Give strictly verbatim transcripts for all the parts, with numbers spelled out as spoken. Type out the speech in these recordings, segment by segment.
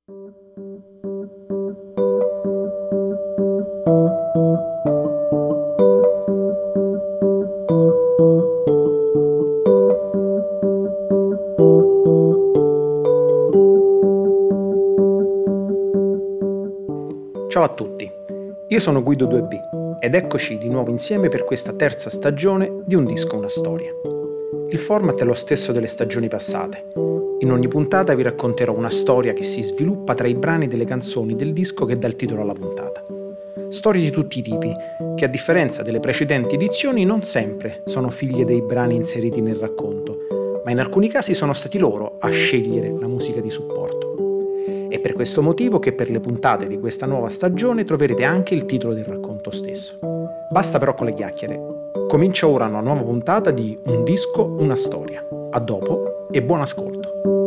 Ciao a tutti, io sono Guido due B ed eccoci di nuovo insieme per questa terza stagione di Un disco, una storia. Il format è lo stesso delle stagioni passate. In ogni puntata vi racconterò una storia che si sviluppa tra i brani delle canzoni del disco che dà il titolo alla puntata. Storie di tutti i tipi, che a differenza delle precedenti edizioni non sempre sono figlie dei brani inseriti nel racconto, ma in alcuni casi sono stati loro a scegliere la musica di supporto. È per questo motivo che per le puntate di questa nuova stagione troverete anche il titolo del racconto stesso. Basta però con le chiacchiere. Comincia ora una nuova puntata di Un disco, una storia. A dopo e buon ascolto.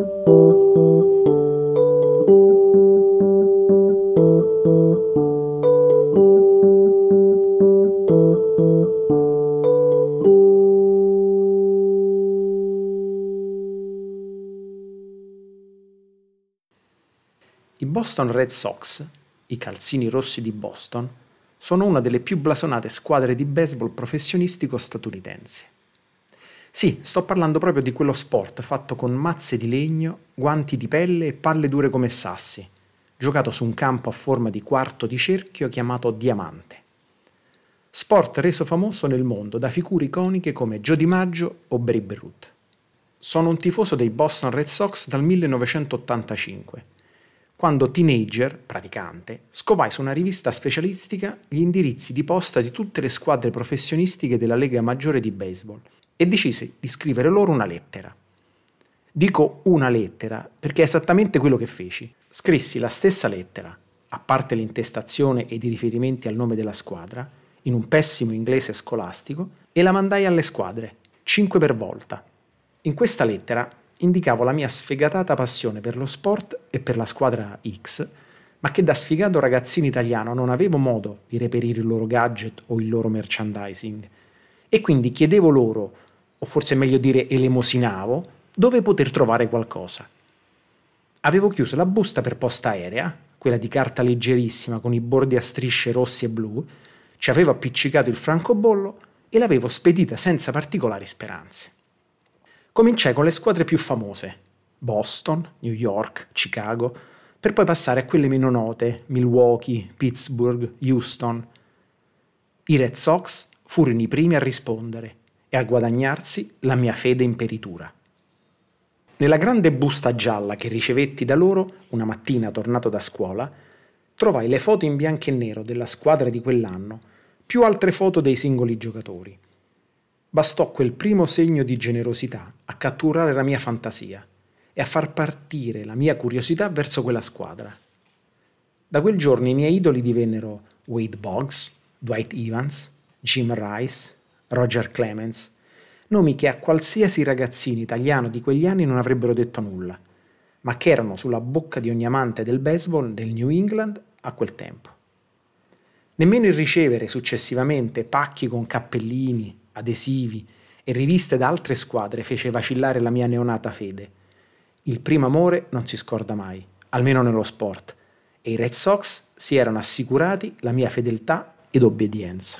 I Boston Red Sox, i calzini rossi di Boston, sono una delle più blasonate squadre di baseball professionistico statunitensi. Sì, sto parlando proprio di quello sport fatto con mazze di legno, guanti di pelle e palle dure come sassi, giocato su un campo a forma di quarto di cerchio chiamato diamante. Sport reso famoso nel mondo da figure iconiche come Joe DiMaggio o Babe Ruth. Sono un tifoso dei Boston Red Sox dal millenovecentottantacinque. Quando teenager, praticante, scovai su una rivista specialistica gli indirizzi di posta di tutte le squadre professionistiche della Lega Maggiore di Baseball e decisi di scrivere loro una lettera. Dico una lettera perché è esattamente quello che feci. Scrissi la stessa lettera, a parte l'intestazione ed i riferimenti al nome della squadra, in un pessimo inglese scolastico, e la mandai alle squadre, cinque per volta. In questa lettera indicavo la mia sfegatata passione per lo sport e per la squadra X, ma che da sfigato ragazzino italiano non avevo modo di reperire il loro gadget o il loro merchandising. E quindi chiedevo loro, o forse è meglio dire elemosinavo, dove poter trovare qualcosa. Avevo chiuso la busta per posta aerea, quella di carta leggerissima con i bordi a strisce rossi e blu, ci avevo appiccicato il francobollo e l'avevo spedita senza particolari speranze. Cominciai con le squadre più famose, Boston, New York, Chicago, per poi passare a quelle meno note, Milwaukee, Pittsburgh, Houston. I Red Sox furono i primi a rispondere e a guadagnarsi la mia fede imperitura. Nella grande busta gialla che ricevetti da loro, una mattina tornato da scuola, trovai le foto in bianco e nero della squadra di quell'anno, più altre foto dei singoli giocatori. Bastò quel primo segno di generosità a catturare la mia fantasia e a far partire la mia curiosità verso quella squadra. Da quel giorno i miei idoli divennero Wade Boggs, Dwight Evans, Jim Rice, Roger Clemens, nomi che a qualsiasi ragazzino italiano di quegli anni non avrebbero detto nulla, ma che erano sulla bocca di ogni amante del baseball del New England a quel tempo. Nemmeno il ricevere successivamente pacchi con cappellini, adesivi e riviste da altre squadre fece vacillare la mia neonata fede. Il primo amore non si scorda mai, almeno nello sport, e i Red Sox si erano assicurati la mia fedeltà ed obbedienza.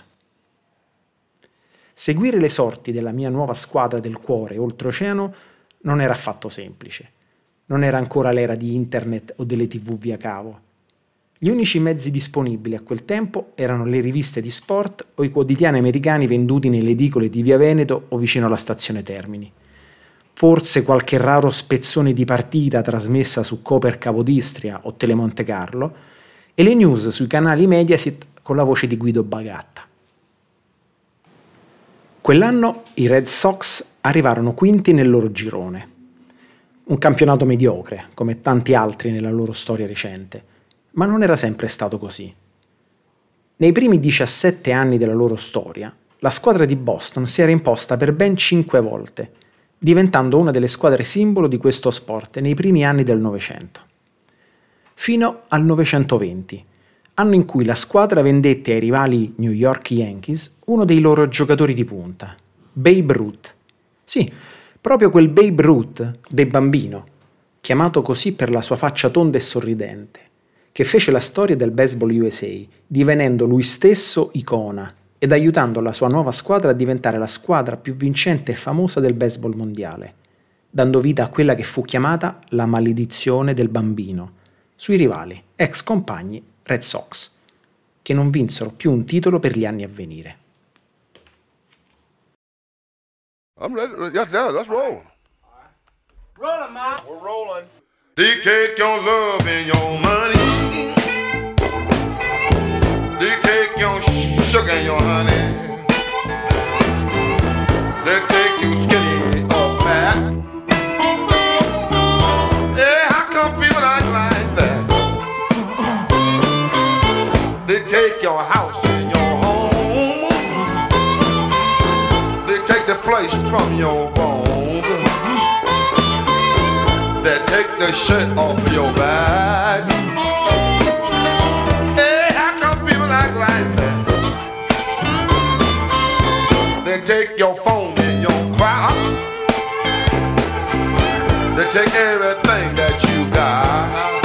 Seguire le sorti della mia nuova squadra del cuore oltreoceano non era affatto semplice. Non era ancora l'era di internet o delle tivù via cavo. Gli unici mezzi disponibili a quel tempo erano le riviste di sport o i quotidiani americani venduti nelle edicole di Via Veneto o vicino alla stazione Termini. Forse qualche raro spezzone di partita trasmessa su Coper Capodistria o Telemonte Carlo e le news sui canali Mediaset con la voce di Guido Bagatta. Quell'anno i Red Sox arrivarono quinti nel loro girone. Un campionato mediocre, come tanti altri nella loro storia recente. Ma non era sempre stato così. Nei primi diciassette anni della loro storia, la squadra di Boston si era imposta per ben cinque volte, diventando una delle squadre simbolo di questo sport nei primi anni del Novecento. Fino al novecentoventi, anno in cui la squadra vendette ai rivali New York Yankees uno dei loro giocatori di punta, Babe Ruth. Sì, proprio quel Babe Ruth del bambino, chiamato così per la sua faccia tonda e sorridente, che fece la storia del baseball U S A, divenendo lui stesso icona ed aiutando la sua nuova squadra a diventare la squadra più vincente e famosa del baseball mondiale, dando vita a quella che fu chiamata la maledizione del bambino, sui rivali, ex compagni Red Sox, che non vinsero più un titolo per gli anni a venire. I'm ready. Yes, yeah, let's roll. Rolling, Ma. We're rolling. They take your love and your money. They take your sugar and your honey. They take you skinny or fat. Yeah, how come people act like that? They take your house and your home. They take the flesh from your bones. They take the shirt off your back. Hey, how come people act like that? They take your phone and your crowd. They take everything that you got.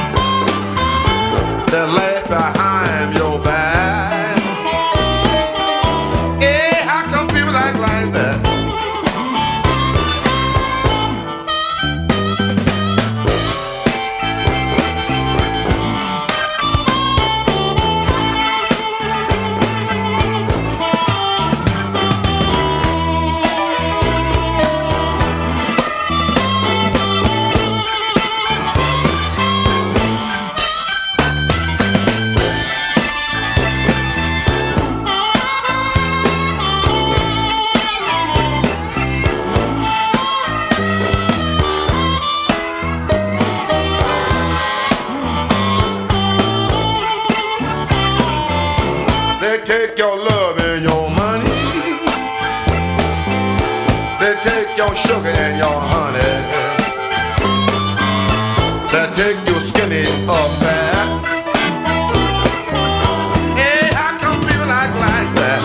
They laugh behind your back. Hey, how come people act like that? They take your love and your money. They take your sugar and your honey. They take your skinny or fat. Hey, how come people act like that?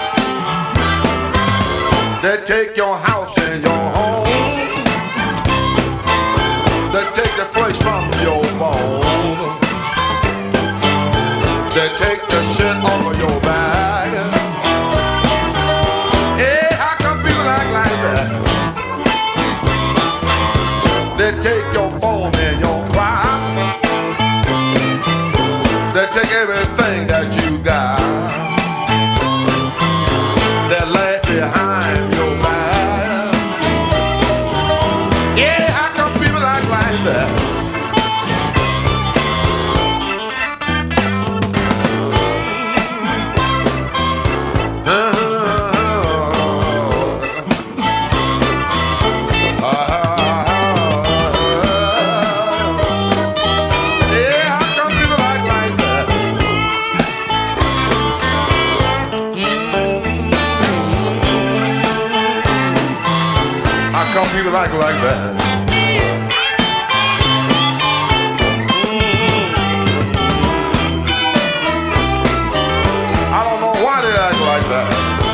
They take your house and your home. They take the flesh from your bones. They take the shit off of your back. Hey, how come people act like that? They take your phone and your crowd. They take everything that you got. They laugh behind your back. Yeah, how come people act like that? People like like that. I don't know why they act like that.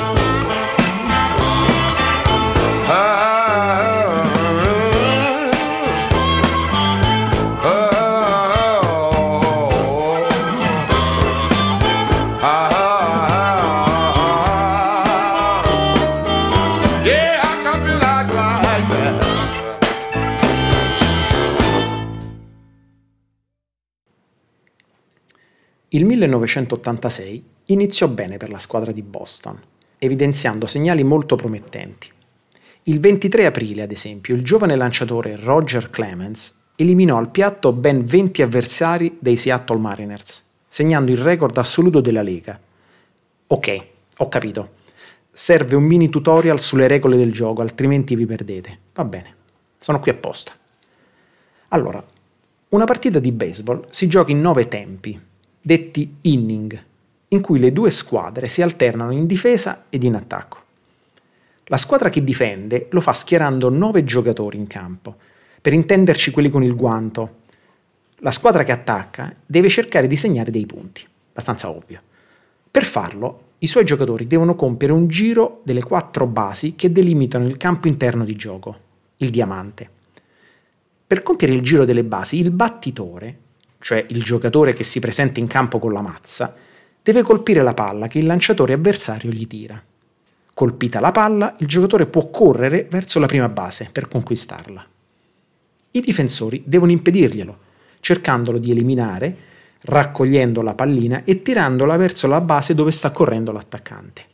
Il millenovecentottantasei iniziò bene per la squadra di Boston, evidenziando segnali molto promettenti. Il ventitré aprile, ad esempio, il giovane lanciatore Roger Clemens eliminò al piatto ben venti avversari dei Seattle Mariners, segnando il record assoluto della Lega. Ok, ho capito. Serve un mini tutorial sulle regole del gioco, altrimenti vi perdete. Va bene, sono qui apposta. Allora, una partita di baseball si gioca in nove tempi, detti inning, in cui le due squadre si alternano in difesa ed in attacco. La squadra che difende lo fa schierando nove giocatori in campo, per intenderci quelli con il guanto. La squadra che attacca deve cercare di segnare dei punti, abbastanza ovvio. Per farlo, i suoi giocatori devono compiere un giro delle quattro basi che delimitano il campo interno di gioco, il diamante. Per compiere il giro delle basi, il battitore, cioè il giocatore che si presenta in campo con la mazza, deve colpire la palla che il lanciatore avversario gli tira. Colpita la palla, il giocatore può correre verso la prima base per conquistarla. I difensori devono impedirglielo, cercandolo di eliminare, raccogliendo la pallina e tirandola verso la base dove sta correndo l'attaccante.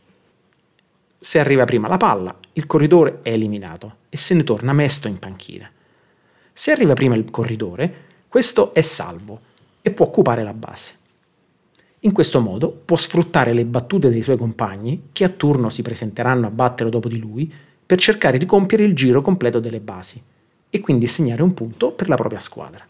Se arriva prima la palla, il corridore è eliminato e se ne torna mesto in panchina. Se arriva prima il corridore, questo è salvo e può occupare la base. In questo modo può sfruttare le battute dei suoi compagni, che a turno si presenteranno a battere dopo di lui, per cercare di compiere il giro completo delle basi e quindi segnare un punto per la propria squadra.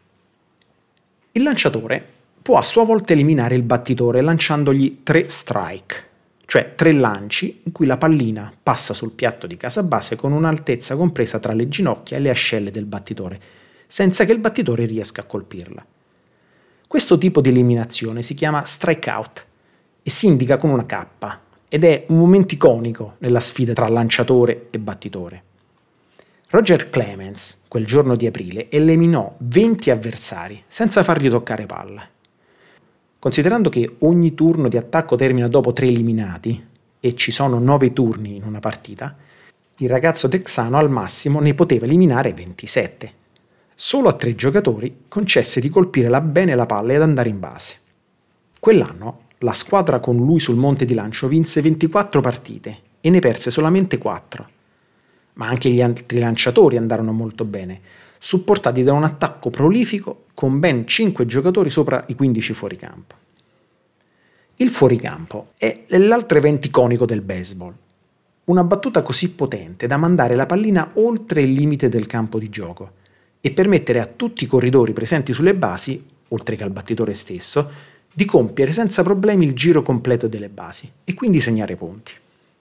Il lanciatore può a sua volta eliminare il battitore lanciandogli tre strike, cioè tre lanci in cui la pallina passa sul piatto di casa base con un'altezza compresa tra le ginocchia e le ascelle del battitore, senza che il battitore riesca a colpirla. Questo tipo di eliminazione si chiama strikeout e si indica con una K ed è un momento iconico nella sfida tra lanciatore e battitore. Roger Clemens, quel giorno di aprile, eliminò venti avversari senza fargli toccare palla. Considerando che ogni turno di attacco termina dopo tre eliminati e ci sono nove turni in una partita, il ragazzo texano al massimo ne poteva eliminare ventisette. Solo a tre giocatori concesse di colpire bene la palla ed andare in base. Quell'anno la squadra con lui sul monte di lancio vinse ventiquattro partite e ne perse solamente quattro. Ma anche gli altri lanciatori andarono molto bene, supportati da un attacco prolifico con ben cinque giocatori sopra i quindici fuoricampo. Il fuoricampo è l'altro evento iconico del baseball. Una battuta così potente da mandare la pallina oltre il limite del campo di gioco e permettere a tutti i corridori presenti sulle basi, oltre che al battitore stesso, di compiere senza problemi il giro completo delle basi e quindi segnare punti.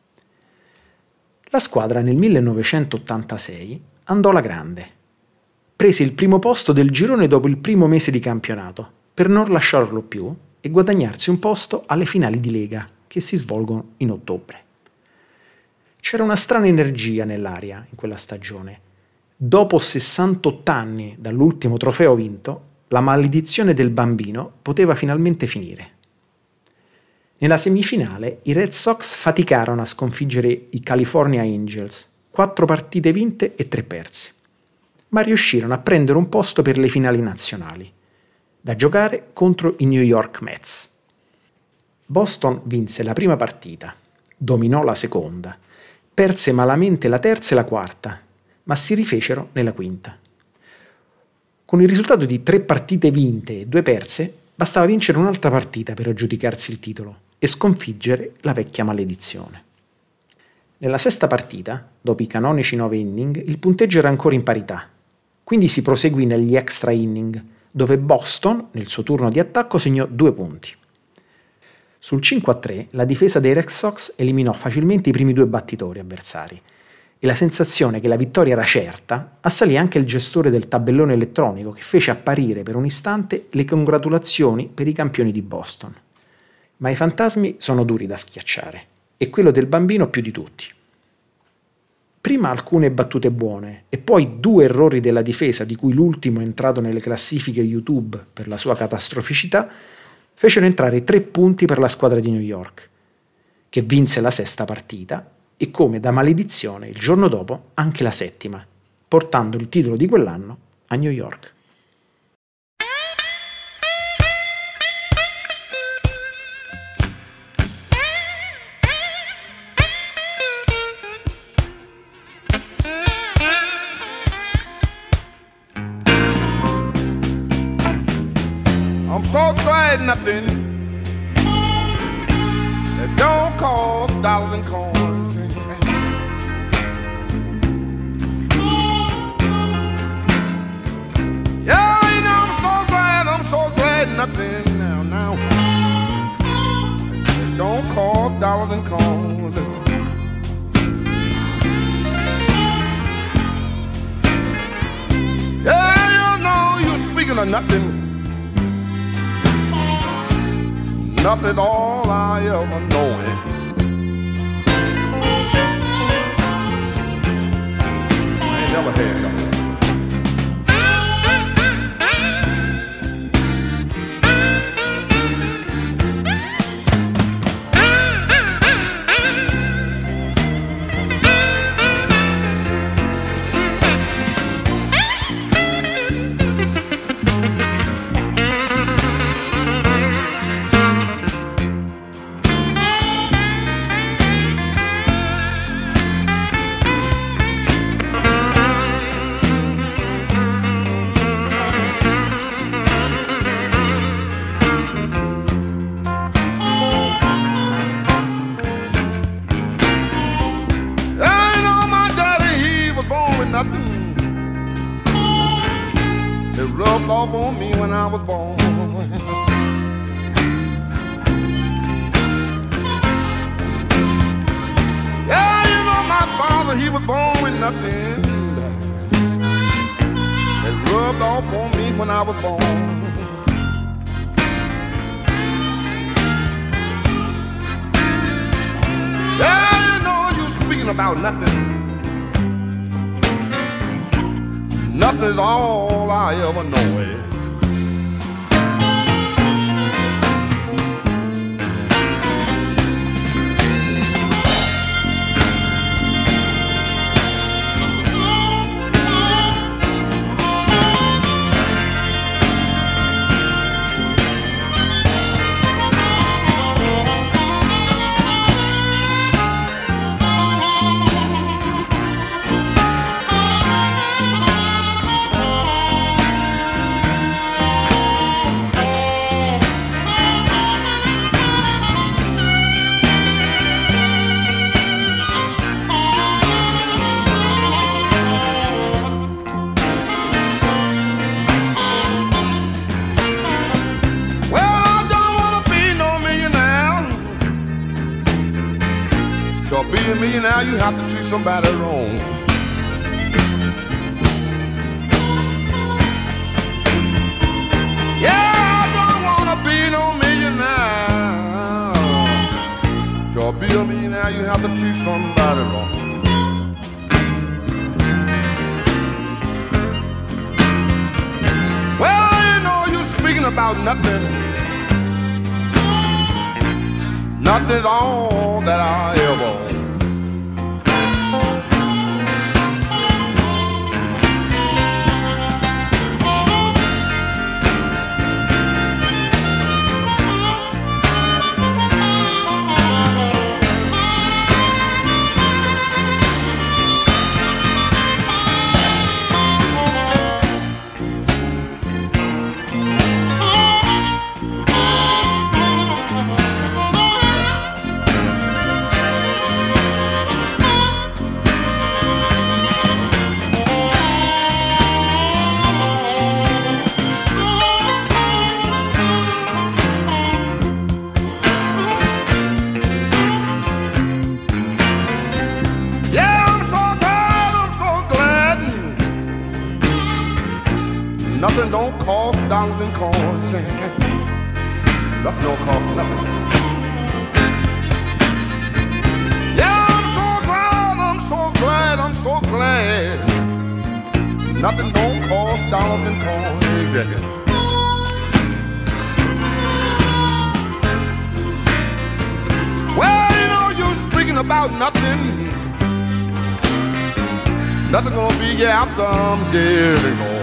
La squadra nel millenovecentottantasei andò alla grande. Prese il primo posto del girone dopo il primo mese di campionato, per non lasciarlo più e guadagnarsi un posto alle finali di Lega, che si svolgono in ottobre. C'era una strana energia nell'aria in quella stagione. Dopo sessantotto anni dall'ultimo trofeo vinto, la maledizione del bambino poteva finalmente finire. Nella semifinale i Red Sox faticarono a sconfiggere i California Angels, quattro partite vinte e tre perse, ma riuscirono a prendere un posto per le finali nazionali, da giocare contro i New York Mets. Boston vinse la prima partita, dominò la seconda, perse malamente la terza e la quarta, ma si rifecero nella quinta. Con il risultato di tre partite vinte e due perse, bastava vincere un'altra partita per aggiudicarsi il titolo e sconfiggere la vecchia maledizione. Nella sesta partita, dopo i canonici nove inning, il punteggio era ancora in parità, quindi si proseguì negli extra inning, dove Boston, nel suo turno di attacco, segnò due punti. Sul cinque a tre, la difesa dei Red Sox eliminò facilmente i primi due battitori avversari, e la sensazione che la vittoria era certa assalì anche il gestore del tabellone elettronico, che fece apparire per un istante le congratulazioni per i campioni di Boston. Ma i fantasmi sono duri da schiacciare, e quello del bambino più di tutti. Prima alcune battute buone e poi due errori della difesa, di cui l'ultimo entrato nelle classifiche YouTube per la sua catastroficità, fecero entrare tre punti per la squadra di New York, che vinse la sesta partita e, come da maledizione, il giorno dopo anche la settima, portando il titolo di quell'anno a New York. I'm so glad nothing that don't cost dollars and coins. Yeah, you know, I'm so glad, I'm so glad nothing now, now that don't cost dollars and coins. Yeah, you know, you're speaking of nothing. Nothing all I ever know it. I ain't never had nothing. off on me when I was born. Yeah, you know my father, he was born with nothing. It rubbed off on me when I was born. Yeah, you know you speaking about nothing. Nothing's all I ever know. Eh? Be a millionaire, you have to treat somebody wrong. Yeah, I don't wanna be no millionaire. To be a millionaire, you have to treat somebody wrong. Well, you know, you're speaking about nothing. Nothing's all that I ever want. Nothing don't cost dollars and coins. Nothing don't cost nothing. Yeah, I'm so glad, I'm so glad, I'm so glad. Nothing don't cost dollars and coins. Yeah. Well, you know, you're speaking about nothing. Nothing gonna be here after I'm dead and gone.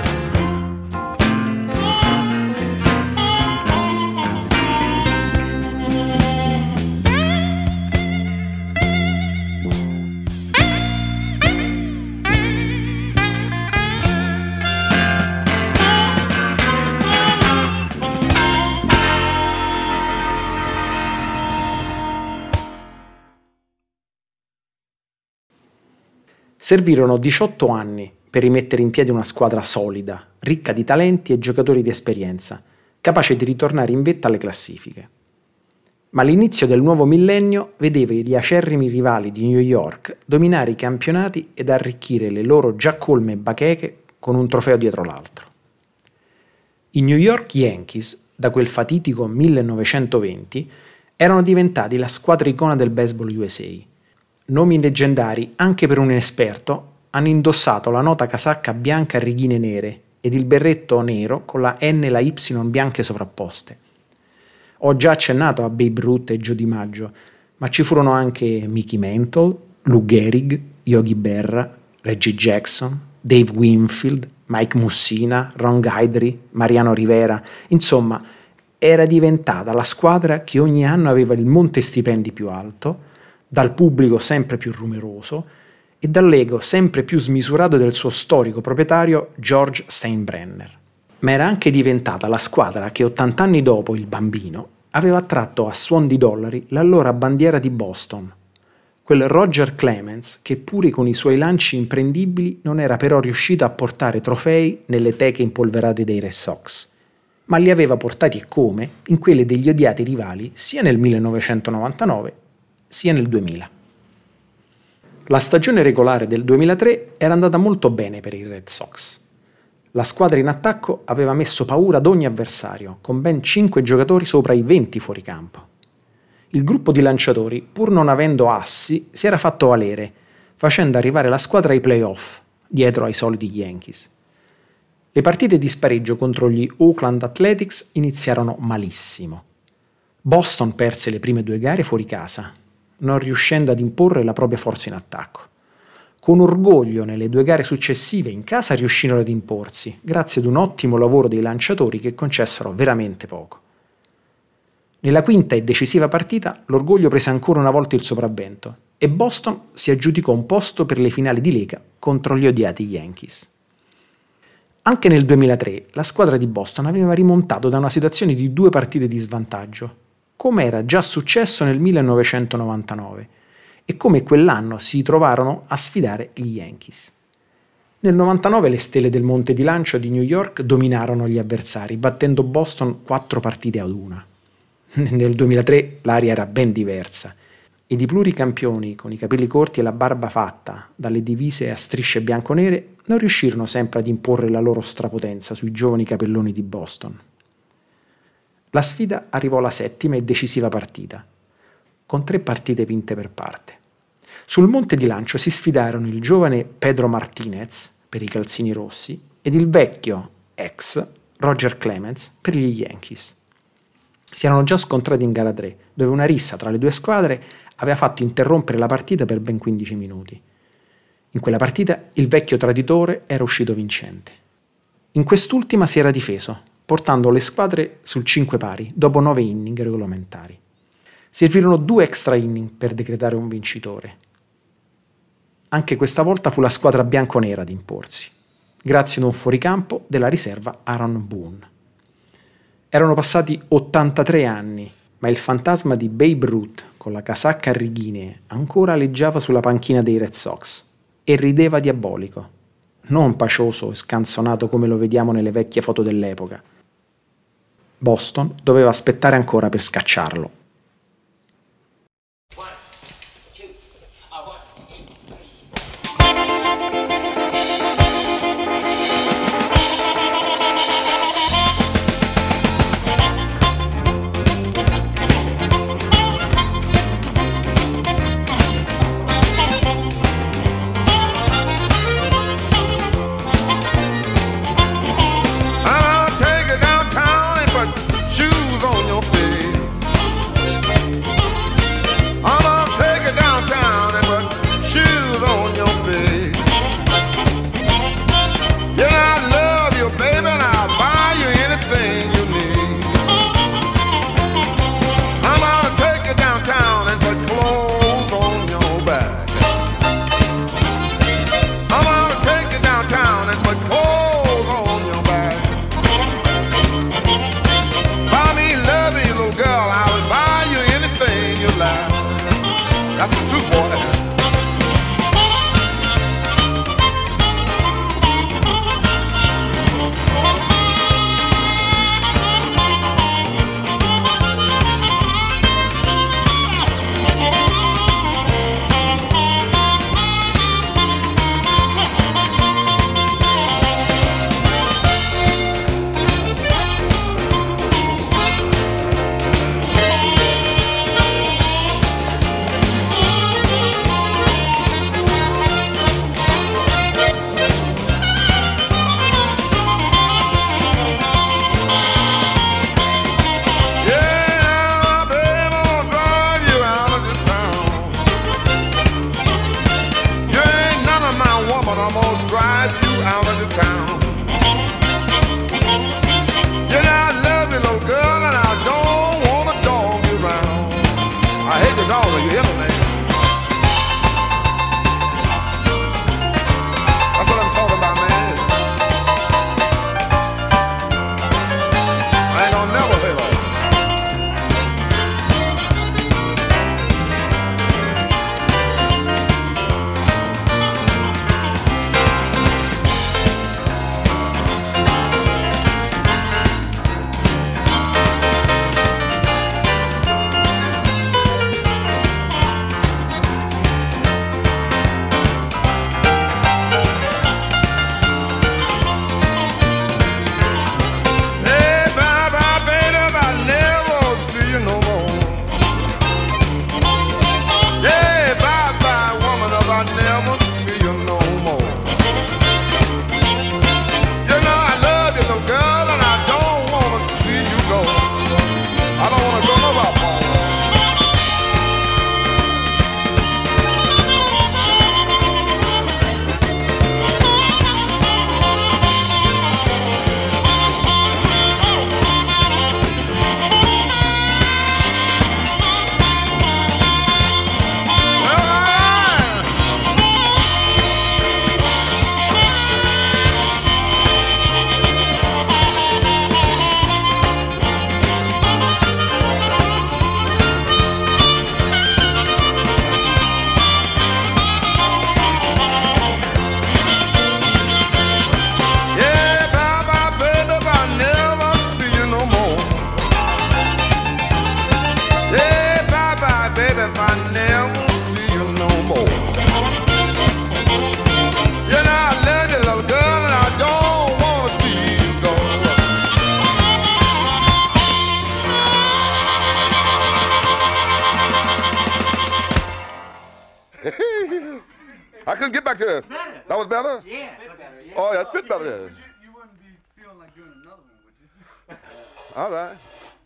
Servirono diciotto anni per rimettere in piedi una squadra solida, ricca di talenti e giocatori di esperienza, capace di ritornare in vetta alle classifiche. Ma l'inizio del nuovo millennio vedeva gli acerrimi rivali di New York dominare i campionati ed arricchire le loro già colme bacheche con un trofeo dietro l'altro. I New York Yankees, da quel fatitico millenovecentoventi, erano diventati la squadra icona del baseball U S A. Nomi leggendari, anche per un inesperto, hanno indossato la nota casacca bianca a righine nere ed il berretto nero con la N e la Y bianche sovrapposte. Ho già accennato a Babe Ruth e Joe DiMaggio, ma ci furono anche Mickey Mantle, Lou Gehrig, Yogi Berra, Reggie Jackson, Dave Winfield, Mike Mussina, Ron Guidry, Mariano Rivera. Insomma, era diventata la squadra che ogni anno aveva il monte stipendi più alto, dal pubblico sempre più rumoroso e dall'ego sempre più smisurato del suo storico proprietario George Steinbrenner. Ma era anche diventata la squadra che ottanta anni dopo il Bambino aveva attratto a suon di dollari l'allora bandiera di Boston, quel Roger Clemens che pure con i suoi lanci imprendibili non era però riuscito a portare trofei nelle teche impolverate dei Red Sox, ma li aveva portati e come in quelle degli odiati rivali sia nel millenovecentonovantanove sia nel duemila. La stagione regolare del duemilatré era andata molto bene per i Red Sox. La squadra in attacco aveva messo paura ad ogni avversario, con ben cinque giocatori sopra i venti fuoricampo. Il gruppo di lanciatori, pur non avendo assi, si era fatto valere, facendo arrivare la squadra ai playoff, dietro ai soliti Yankees. Le partite di spareggio contro gli Oakland Athletics iniziarono malissimo. Boston perse le prime due gare fuori casa, non riuscendo ad imporre la propria forza in attacco. Con orgoglio nelle due gare successive in casa riuscirono ad imporsi, grazie ad un ottimo lavoro dei lanciatori che concessero veramente poco. Nella quinta e decisiva partita l'orgoglio prese ancora una volta il sopravvento e Boston si aggiudicò un posto per le finali di lega contro gli odiati Yankees. Anche nel duemilatré la squadra di Boston aveva rimontato da una situazione di due partite di svantaggio, come era già successo nel millenovecentonovantanove e come quell'anno si trovarono a sfidare gli Yankees. Nel novantanove le stelle del monte di lancio di New York dominarono gli avversari, battendo Boston quattro partite ad una. Nel duemilatré l'aria era ben diversa ed i pluricampioni con i capelli corti e la barba fatta dalle divise a strisce bianco-nere non riuscirono sempre ad imporre la loro strapotenza sui giovani capelloni di Boston. La sfida arrivò alla settima e decisiva partita, con tre partite vinte per parte. Sul monte di lancio si sfidarono il giovane Pedro Martinez per i calzini rossi ed il vecchio ex Roger Clemens per gli Yankees. Si erano già scontrati in gara tre, dove una rissa tra le due squadre aveva fatto interrompere la partita per ben quindici minuti. In quella partita il vecchio traditore era uscito vincente. In quest'ultima si era difeso, portando le squadre sul cinque pari dopo nove inning regolamentari. Servirono due extra inning per decretare un vincitore. Anche questa volta fu la squadra bianconera ad imporsi, grazie ad un fuoricampo della riserva Aaron Boone. Erano passati ottantatré anni, ma il fantasma di Babe Ruth con la casacca a righine ancora aleggiava sulla panchina dei Red Sox e rideva diabolico, non pacioso e scanzonato come lo vediamo nelle vecchie foto dell'epoca. Boston doveva aspettare ancora per scacciarlo. I couldn't get back there. Better. That was better? Yeah. Better, yeah. Oh, yeah, it fit better there. You wouldn't be feeling like doing another one, would you? All right.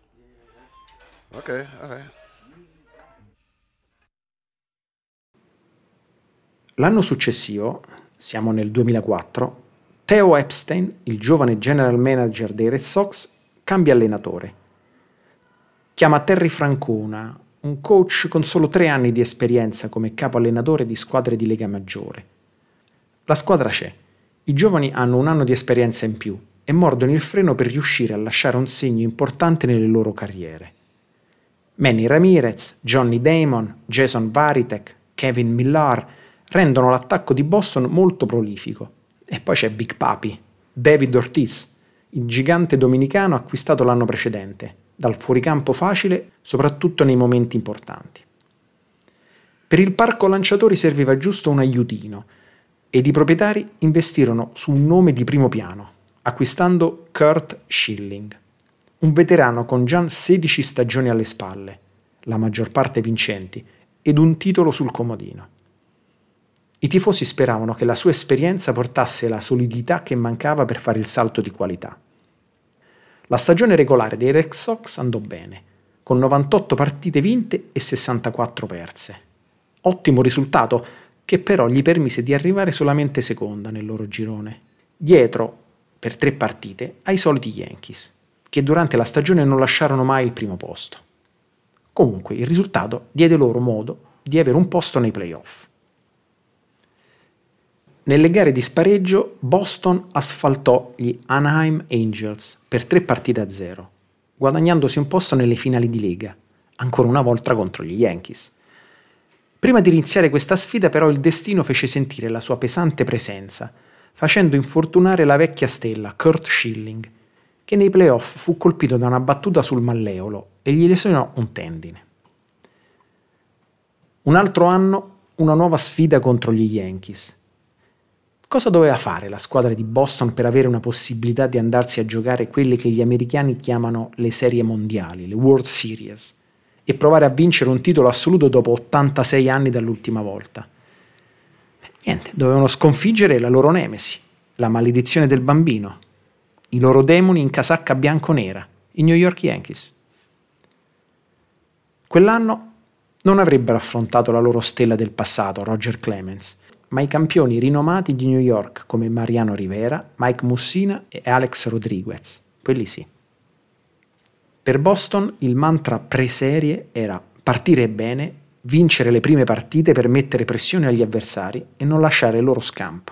Okay, all right. L'anno successivo, siamo nel duemilaquattro, Theo Epstein, il giovane general manager dei Red Sox, cambia allenatore. Chiama Terry Francona, un coach con solo tre anni di esperienza come capo allenatore di squadre di Lega Maggiore. La squadra c'è, i giovani hanno un anno di esperienza in più e mordono il freno per riuscire a lasciare un segno importante nelle loro carriere. Manny Ramirez, Johnny Damon, Jason Varitek, Kevin Millar rendono l'attacco di Boston molto prolifico. E poi c'è Big Papi, David Ortiz, il gigante dominicano acquistato l'anno precedente, dal fuoricampo facile, soprattutto nei momenti importanti. Per il parco lanciatori serviva giusto un aiutino, ed i proprietari investirono su un nome di primo piano, acquistando Curt Schilling, un veterano con già sedici stagioni alle spalle, la maggior parte vincenti, ed un titolo sul comodino. I tifosi speravano che la sua esperienza portasse la solidità che mancava per fare il salto di qualità. La stagione regolare dei Red Sox andò bene, con novantotto partite vinte e sessantaquattro perse. Ottimo risultato che però gli permise di arrivare solamente seconda nel loro girone, dietro, per tre partite, ai soliti Yankees, che durante la stagione non lasciarono mai il primo posto. Comunque il risultato diede loro modo di avere un posto nei playoff. Nelle gare di spareggio, Boston asfaltò gli Anaheim Angels per tre partite a zero, guadagnandosi un posto nelle finali di Lega, ancora una volta contro gli Yankees. Prima di iniziare questa sfida però il destino fece sentire la sua pesante presenza, facendo infortunare la vecchia stella Curt Schilling, che nei playoff fu colpito da una battuta sul malleolo e gli lesionò un tendine. Un altro anno, una nuova sfida contro gli Yankees. Cosa doveva fare la squadra di Boston per avere una possibilità di andarsi a giocare quelle che gli americani chiamano le serie mondiali, le World Series, e provare a vincere un titolo assoluto dopo ottantasei anni dall'ultima volta? Niente, dovevano sconfiggere la loro nemesi, la maledizione del bambino, i loro demoni in casacca bianco-nera, i New York Yankees. Quell'anno non avrebbero affrontato la loro stella del passato, Roger Clemens, ma i campioni rinomati di New York come Mariano Rivera, Mike Mussina e Alex Rodriguez, quelli sì. Per Boston il mantra pre-serie era partire bene, vincere le prime partite per mettere pressione agli avversari e non lasciare loro scampo.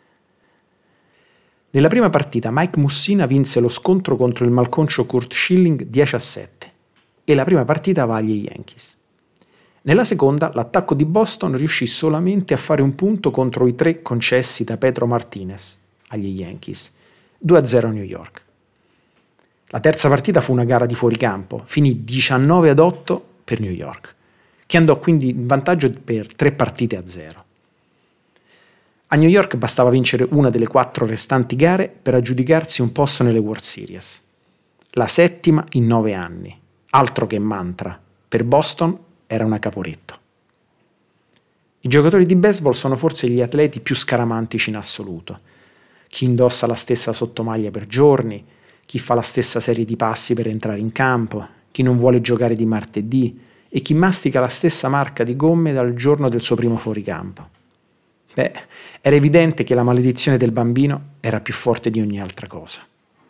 Nella prima partita Mike Mussina vinse lo scontro contro il malconcio Curt Schilling dieci a sette e la prima partita va agli Yankees. Nella seconda, l'attacco di Boston riuscì solamente a fare un punto contro i tre concessi da Pedro Martinez agli Yankees, due a zero a New York. La terza partita fu una gara di fuoricampo, finì diciannove ad otto per New York, che andò quindi in vantaggio per tre partite a zero. A New York bastava vincere una delle quattro restanti gare per aggiudicarsi un posto nelle World Series. La settima in nove anni, altro che mantra, per Boston era una Caporetto. I giocatori di baseball sono forse gli atleti più scaramantici in assoluto. Chi indossa la stessa sottomaglia per giorni, chi fa la stessa serie di passi per entrare in campo, chi non vuole giocare di martedì e chi mastica la stessa marca di gomme dal giorno del suo primo fuoricampo. Beh, era evidente che la maledizione del bambino era più forte di ogni altra cosa.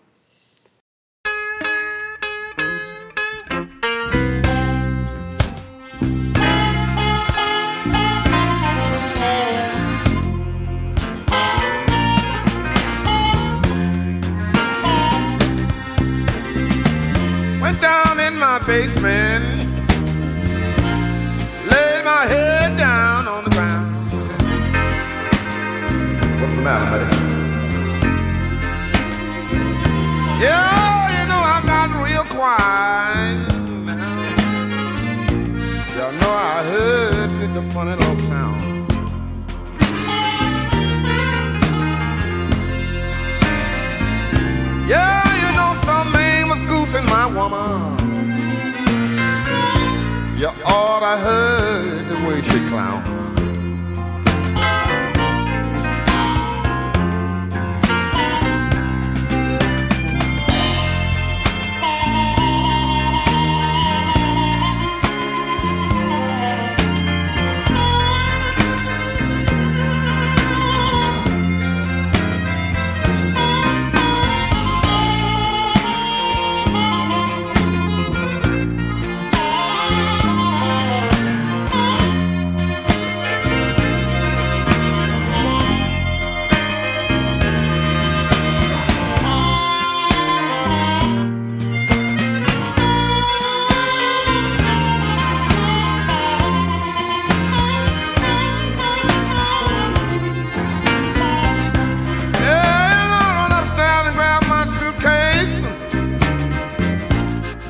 Went down in my basement, laid my head down on the ground. What's the matter, buddy? Yeah, you know I got real quiet now. Y'all know I heard such a funny little sound. Yeah, you know some man was goofing my woman. You ought to heard the way she clown.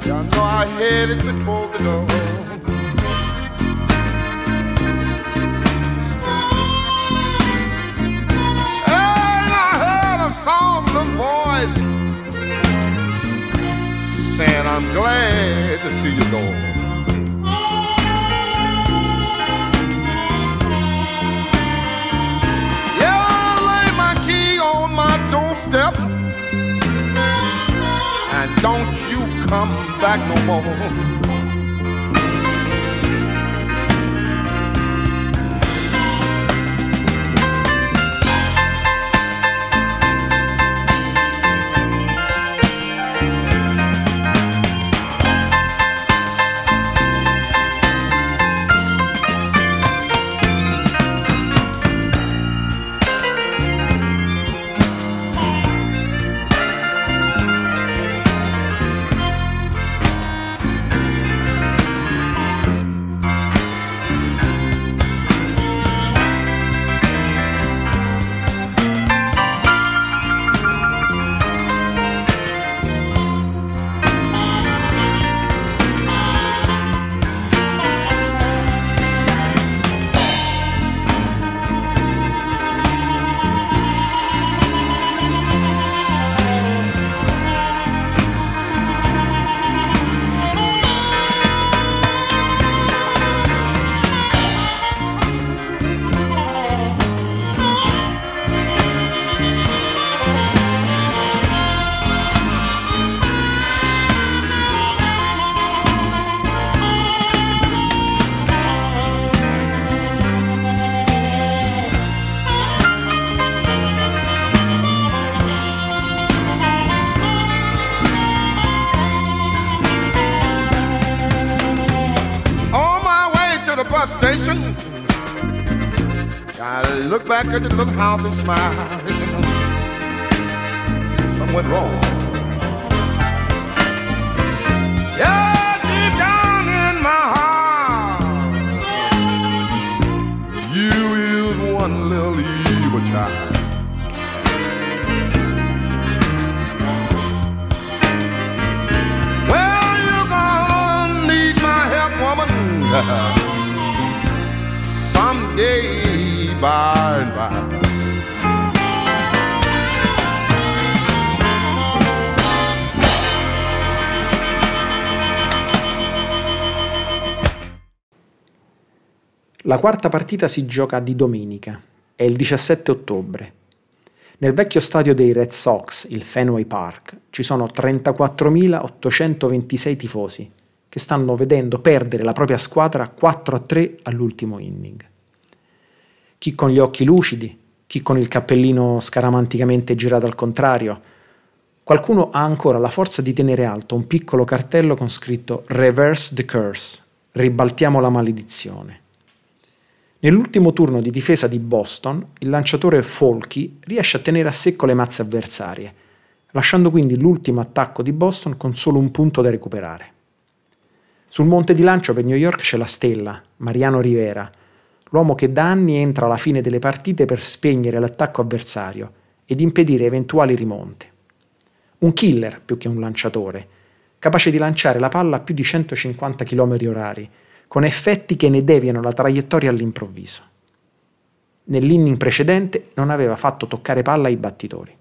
I know I headed toward the door. And I heard a soft voice saying, I'm glad to see you go. Yeah, I lay my key on my doorstep, and don't you come back no more. Station, I look back at the little house and smile. Something went wrong. Yeah, deep down in my heart, you is one little evil child. Well, you're gonna need my help, woman. Someday by and by. La quarta partita si gioca di domenica, è il diciassette ottobre. Nel vecchio stadio dei Red Sox, il Fenway Park, ci sono trentaquattromilaottocentoventisei tifosi che stanno vedendo perdere la propria squadra quattro a tre all'ultimo inning. Chi con gli occhi lucidi, chi con il cappellino scaramanticamente girato al contrario. Qualcuno ha ancora la forza di tenere alto un piccolo cartello con scritto Reverse the Curse, ribaltiamo la maledizione. Nell'ultimo turno di difesa di Boston, il lanciatore Folky riesce a tenere a secco le mazze avversarie, lasciando quindi l'ultimo attacco di Boston con solo un punto da recuperare. Sul monte di lancio per New York c'è la stella, Mariano Rivera, l'uomo che da anni entra alla fine delle partite per spegnere l'attacco avversario ed impedire eventuali rimonte. Un killer più che un lanciatore, capace di lanciare la palla a più di centocinquanta chilometri orari, con effetti che ne deviano la traiettoria all'improvviso. Nell'inning precedente non aveva fatto toccare palla ai battitori.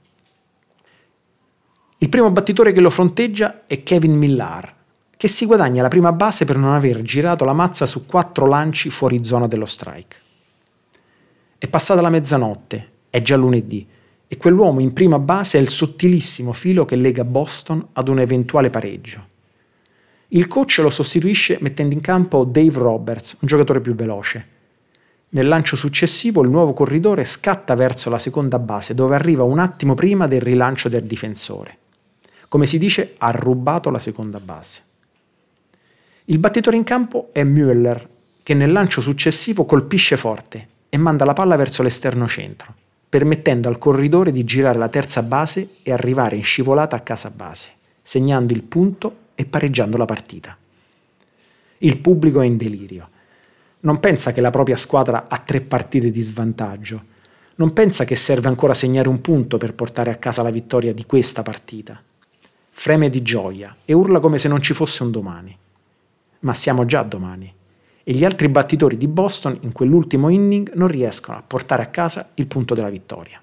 Il primo battitore che lo fronteggia è Kevin Millar, che si guadagna la prima base per non aver girato la mazza su quattro lanci fuori zona dello strike. È passata la mezzanotte, è già lunedì, e quell'uomo in prima base è il sottilissimo filo che lega Boston ad un eventuale pareggio. Il coach lo sostituisce mettendo in campo Dave Roberts, un giocatore più veloce. Nel lancio successivo il nuovo corridore scatta verso la seconda base, dove arriva un attimo prima del rilancio del difensore. Come si dice, ha rubato la seconda base. Il battitore in campo è Müller, che nel lancio successivo colpisce forte e manda la palla verso l'esterno centro, permettendo al corridore di girare la terza base e arrivare in scivolata a casa base, segnando il punto e pareggiando la partita. Il pubblico è in delirio. Non pensa che la propria squadra ha tre partite di svantaggio. Non pensa che serve ancora segnare un punto per portare a casa la vittoria di questa partita. freme di gioia e urla come se non ci fosse un domani. Ma siamo già domani e gli altri battitori di Boston in quell'ultimo inning non riescono a portare a casa il punto della vittoria.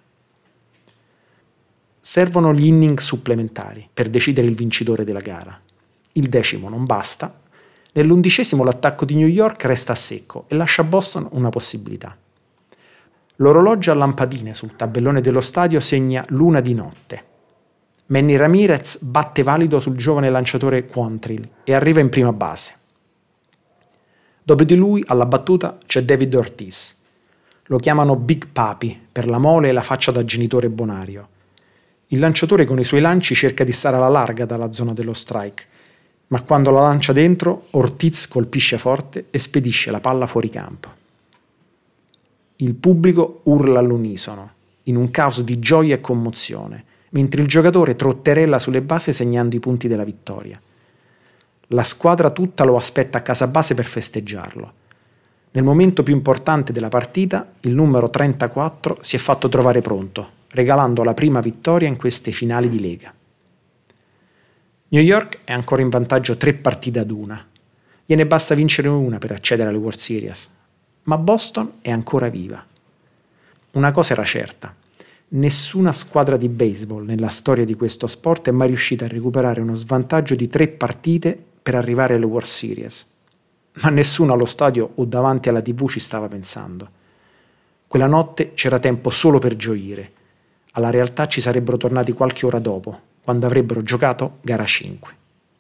Servono gli inning supplementari per decidere il vincitore della gara. Il decimo non basta. Nell'undicesimo l'attacco di New York resta a secco e lascia a Boston una possibilità. L'orologio a lampadine sul tabellone dello stadio segna l'una di notte. Manny Ramirez batte valido sul giovane lanciatore Quantrill e arriva in prima base. Dopo di lui, alla battuta, c'è David Ortiz. Lo chiamano Big Papi per la mole e la faccia da genitore bonario. Il lanciatore con i suoi lanci cerca di stare alla larga dalla zona dello strike, ma quando la lancia dentro, Ortiz colpisce forte e spedisce la palla fuori campo. Il pubblico urla all'unisono, in un caos di gioia e commozione, mentre il giocatore trotterella sulle basi segnando i punti della vittoria. La squadra tutta lo aspetta a casa base per festeggiarlo. Nel momento più importante della partita, il numero trentaquattro si è fatto trovare pronto, regalando la prima vittoria in queste finali di Lega. New York è ancora in vantaggio tre partite ad una. Gliene basta vincere una per accedere alle World Series. Ma Boston è ancora viva. Una cosa era certa. Nessuna squadra di baseball nella storia di questo sport è mai riuscita a recuperare uno svantaggio di tre partite per arrivare alle World Series. Ma nessuno allo stadio o davanti alla tivù ci stava pensando. Quella notte c'era tempo solo per gioire. Alla realtà ci sarebbero tornati qualche ora dopo, quando avrebbero giocato gara cinque.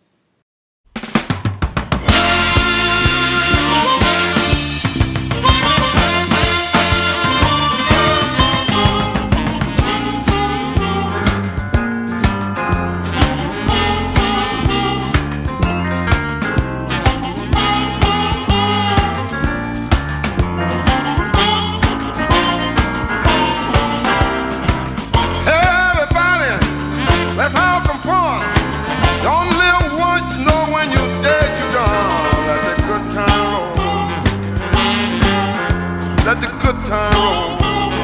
Let the good time roll.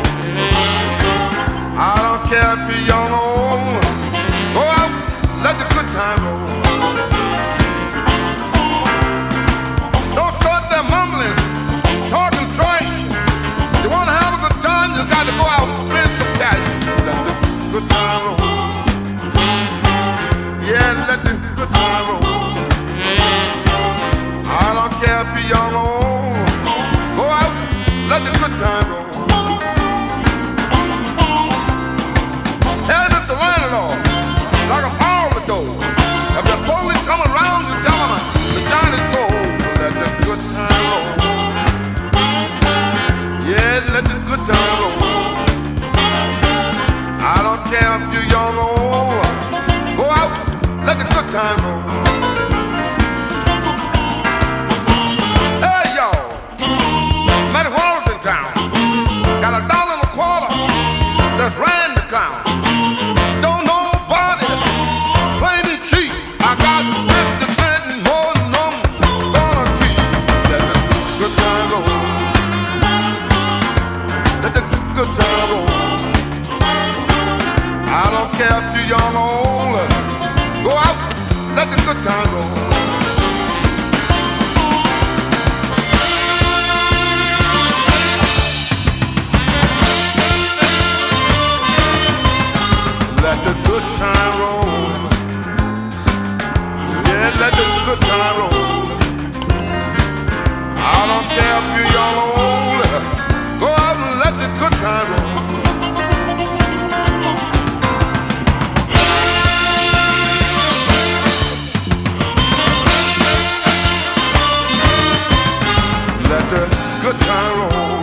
I don't care if you're young or old. Go out, let the good time roll. Don't start there mumbling, talking trash. You want to have a good time, you got to go out and spend some cash. Let the good time roll. Yeah, let the good time roll. I don't care if you're young or old. Go out, let the good time roll. Hey, Mister Landlord, like a power the door. If the police come around, you tell them the joint is cold. Let the good time roll. Yeah, let the good time roll. I don't care if you're young or old. Go out, let the good time roll. Hey, y'all, Matty Wallace in town. Got a dollar and a quarter that's ran the clown. Don't nobody play me cheap. I got fifty cents and more than I'm gonna keep. Let the good time roll. Let the good time roll. I don't care if you're young or old. Go out, let the good time roll. Let the good time roll. Yeah, let the good time roll. I don't care if you're young or old. Go out and let the good time roll. Let the good time roll.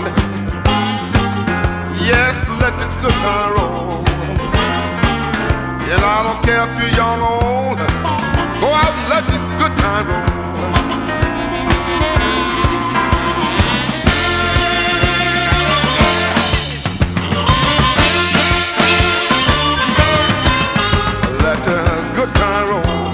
Yes, let the good time roll. And I don't care if you're young or old. Go out and let the good time roll. Let the good time roll.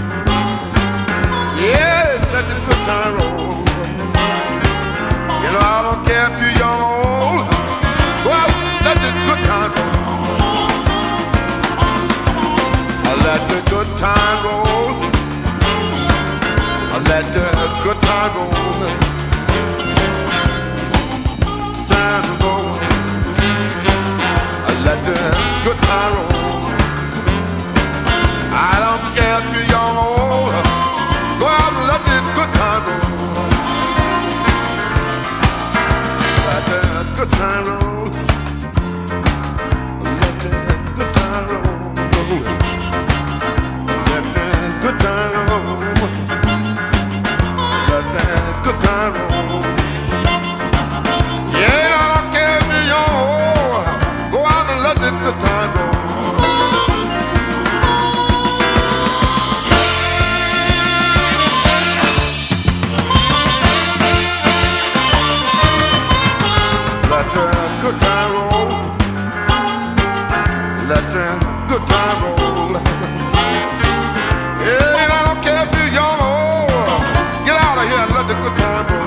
Yeah, let the good time roll. You know I don't care if you're young or old. Go out and let the good time roll. Let the good time let the good time roll. Time to go. Let the good time roll. I don't care if you're young or old. Go out and let the good time roll. Let the good time roll. Let the good time roll. Let the good time roll. Let the good time roll. Yeah, I don't care if you're young or old. Go out and let the good time roll. Let the good time roll. Let the good time roll. Yeah, I don't care if you're young or old. Get out of here and let the good time roll.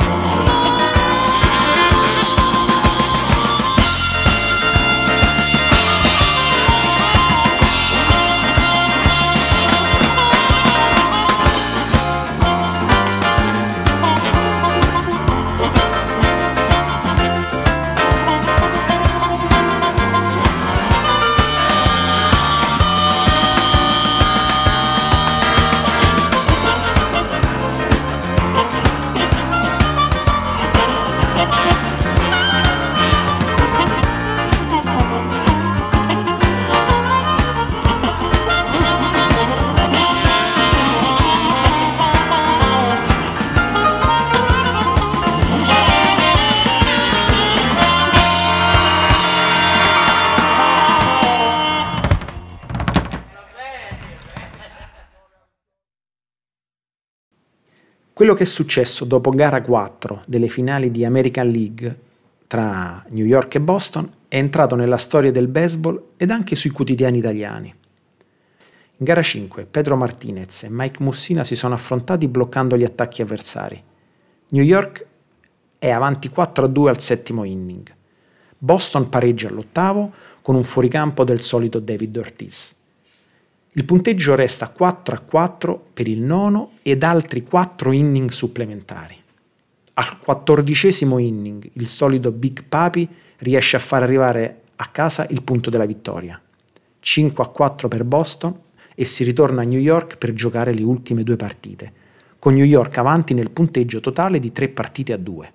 Quello che è successo dopo gara quattro delle finali di American League tra New York e Boston è entrato nella storia del baseball ed anche sui quotidiani italiani. In gara cinque Pedro Martinez e Mike Mussina si sono affrontati bloccando gli attacchi avversari. New York è avanti quattro a due al settimo inning. Boston pareggia all'ottavo con un fuoricampo del solito David Ortiz. Il punteggio resta quattro a quattro per il nono ed altri quattro inning supplementari. Al quattordicesimo inning il solito Big Papi riesce a far arrivare a casa il punto della vittoria. cinque a quattro per Boston e si ritorna a New York per giocare le ultime due partite, con New York avanti nel punteggio totale di tre partite a due.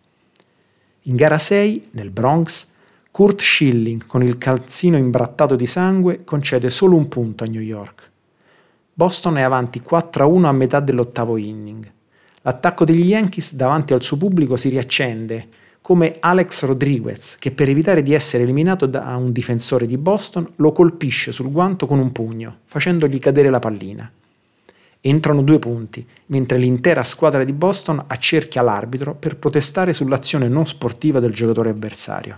In gara sei, nel Bronx, Curt Schilling, con il calzino imbrattato di sangue, concede solo un punto a New York. Boston è avanti quattro a uno a metà dell'ottavo inning. L'attacco degli Yankees davanti al suo pubblico si riaccende, come Alex Rodriguez, che per evitare di essere eliminato da un difensore di Boston lo colpisce sul guanto con un pugno, facendogli cadere la pallina. Entrano due punti, mentre l'intera squadra di Boston accerchia l'arbitro per protestare sull'azione non sportiva del giocatore avversario.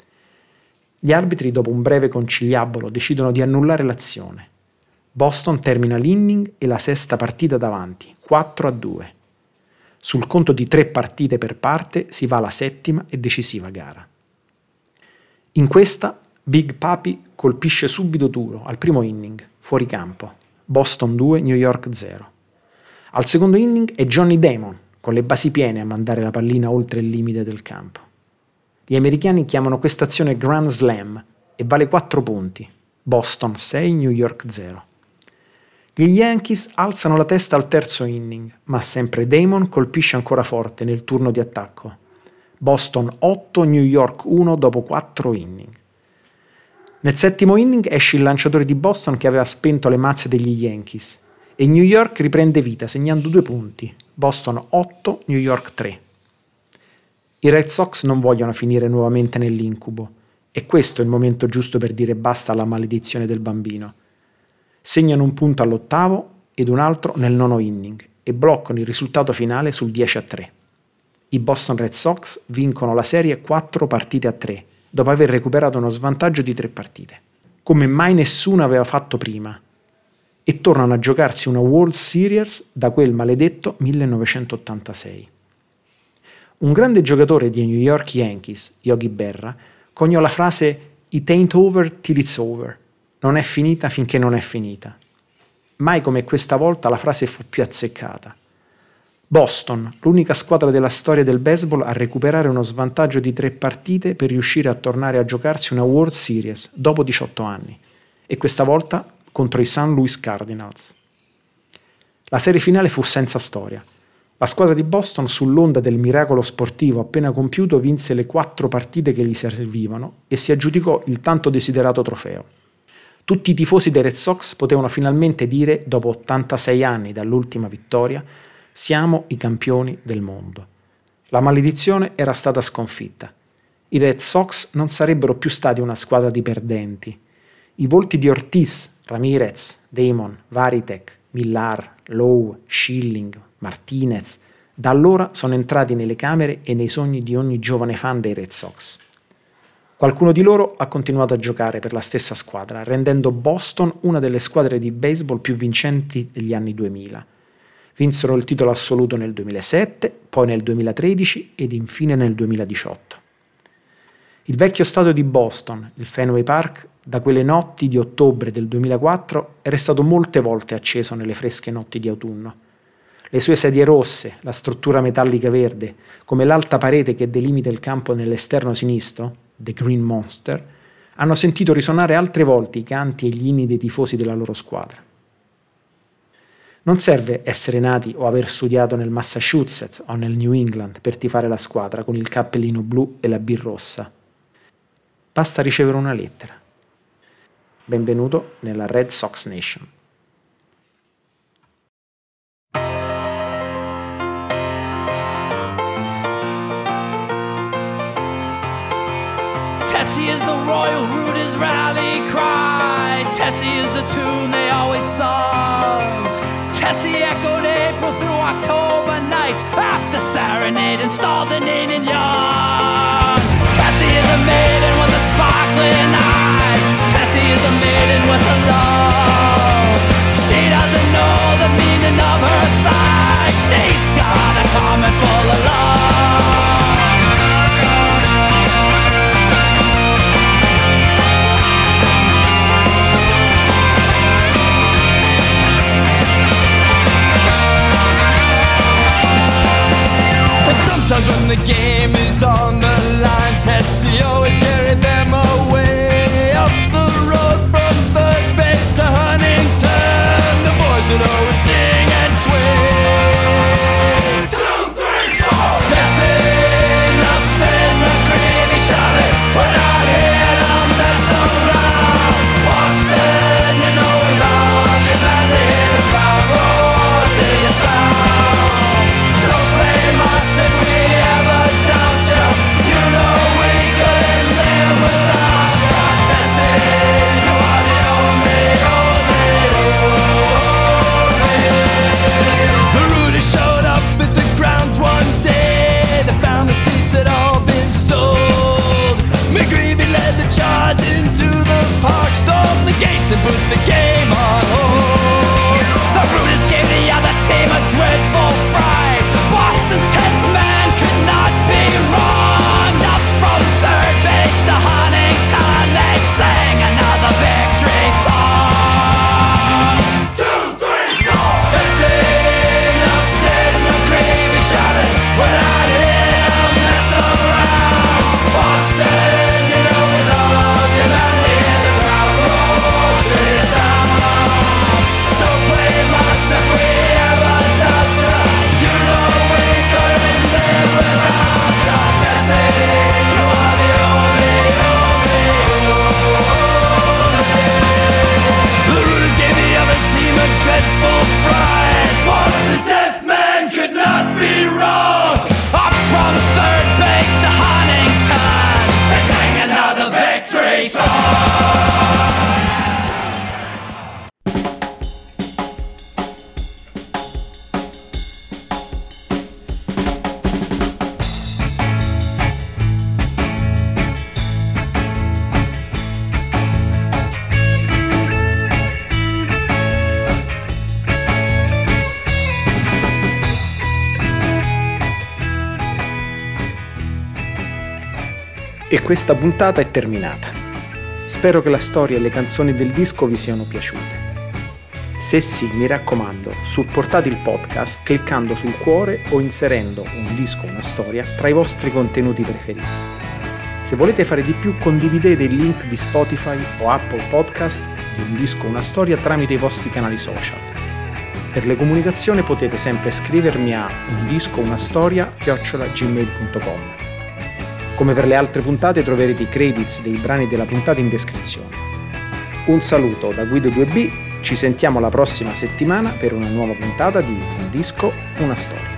Gli arbitri, dopo un breve conciliabolo, decidono di annullare l'azione. Boston termina l'inning e la sesta partita davanti, quattro a due. Sul conto di tre partite per parte si va alla settima e decisiva gara. In questa, Big Papi colpisce subito duro, al primo inning, fuori campo. Boston due, New York zero. Al secondo inning è Johnny Damon, con le basi piene, a mandare la pallina oltre il limite del campo. Gli americani chiamano questa azione Grand Slam e vale quattro punti. Boston sei, New York zero. Gli Yankees alzano la testa al terzo inning, ma sempre Damon colpisce ancora forte nel turno di attacco. Boston otto, New York uno dopo quattro inning. Nel settimo inning esce il lanciatore di Boston che aveva spento le mazze degli Yankees e New York riprende vita segnando due punti. Boston otto, New York tre. I Red Sox non vogliono finire nuovamente nell'incubo e questo è il momento giusto per dire basta alla maledizione del bambino. Segnano un punto all'ottavo ed un altro nel nono inning e bloccano il risultato finale sul dieci a tre. I Boston Red Sox vincono la serie quattro partite a tre, dopo aver recuperato uno svantaggio di tre partite, come mai nessuno aveva fatto prima, e tornano a giocarsi una World Series da quel maledetto millenovecentottantasei. Un grande giocatore dei New York Yankees, Yogi Berra, coniò la frase "It ain't over till it's over", non è finita finché non è finita. Mai come questa volta la frase fu più azzeccata. Boston, l'unica squadra della storia del baseball a recuperare uno svantaggio di tre partite per riuscire a tornare a giocarsi una World Series dopo diciotto anni, e questa volta contro i Saint Louis Cardinals. La serie finale fu senza storia. La squadra di Boston, sull'onda del miracolo sportivo appena compiuto, vinse le quattro partite che gli servivano e si aggiudicò il tanto desiderato trofeo. Tutti i tifosi dei Red Sox potevano finalmente dire, dopo ottantasei anni dall'ultima vittoria, siamo i campioni del mondo. La maledizione era stata sconfitta. I Red Sox non sarebbero più stati una squadra di perdenti. I volti di Ortiz, Ramirez, Damon, Varitek, Millar, Lowe, Schilling, Martinez, da allora sono entrati nelle camere e nei sogni di ogni giovane fan dei Red Sox. Qualcuno di loro ha continuato a giocare per la stessa squadra, rendendo Boston una delle squadre di baseball più vincenti degli anni duemila. Vinsero il titolo assoluto nel duemilasette, poi nel duemilatredici ed infine nel duemiladiciotto. Il vecchio stadio di Boston, il Fenway Park, da quelle notti di ottobre del duemilaquattro è restato molte volte acceso nelle fresche notti di autunno. Le sue sedie rosse, la struttura metallica verde, come l'alta parete che delimita il campo nell'esterno sinistro, The Green Monster, hanno sentito risuonare altre volte i canti e gli inni dei tifosi della loro squadra. Non serve essere nati o aver studiato nel Massachusetts o nel New England per tifare la squadra con il cappellino blu e la B rossa. Basta ricevere una lettera. Benvenuto nella Red Sox Nation. Tessie is the royal rooters rally cry. Tessie is the tune they always sung. Tessie echoed April through October nights after serenade installed the Needing Young. Tessie is a maiden with a sparkling eyes. Tessie is a maiden with a love. She doesn't know the meaning of her side. She's got a comment full of love. Sometimes when the game is on the line, Tessie always carried them away. Up the road from third base to Huntington, the boys would always sing and sway. Two, three, four! Tessie, Nelson, McGreevy, Charlotte, we're not here to mess around. Boston, you know we love you, man, they hear the crowd roar to your sound. Don't blame us if we ever doubt you. You know we couldn't live without you. Tessie, you are the only, only, only. The Rudy showed up at the grounds one day. They found the seats had all been sold. McGreevy led the charge into the park, stormed the gates and put the game on hold. The Rudies gave the other team a dreadful fright. Boston's tenth man could not be wrong. Up from third base to Huntington, they sang another victory song. Two, three, four! Tessie, Nelson, McGreevy, Charlotte, we're not here to mess around. Boston, you know we love you, man, we hear the crowd roar to your sound. Don't blame us if we ever doubt you. You know we couldn't live without you. Tessie, you are the only, only, only. The Rudies gave the other team a dreadful fright. Boston's tenth man could not be wrong. Up from third base to Huntington, they sang another victory song. E questa puntata è terminata. Spero che la storia e le canzoni del disco vi siano piaciute. Se sì, mi raccomando, supportate il podcast cliccando sul cuore o inserendo un disco o una storia tra i vostri contenuti preferiti. Se volete fare di più, condividete il link di Spotify o Apple Podcast di Un disco o una storia tramite i vostri canali social. Per le comunicazioni potete sempre scrivermi a undiscounastoria chiocciola gmail punto com. Come per le altre puntate troverete i credits dei brani della puntata in descrizione. Un saluto da Guido due B, ci sentiamo la prossima settimana per una nuova puntata di Un disco, una storia.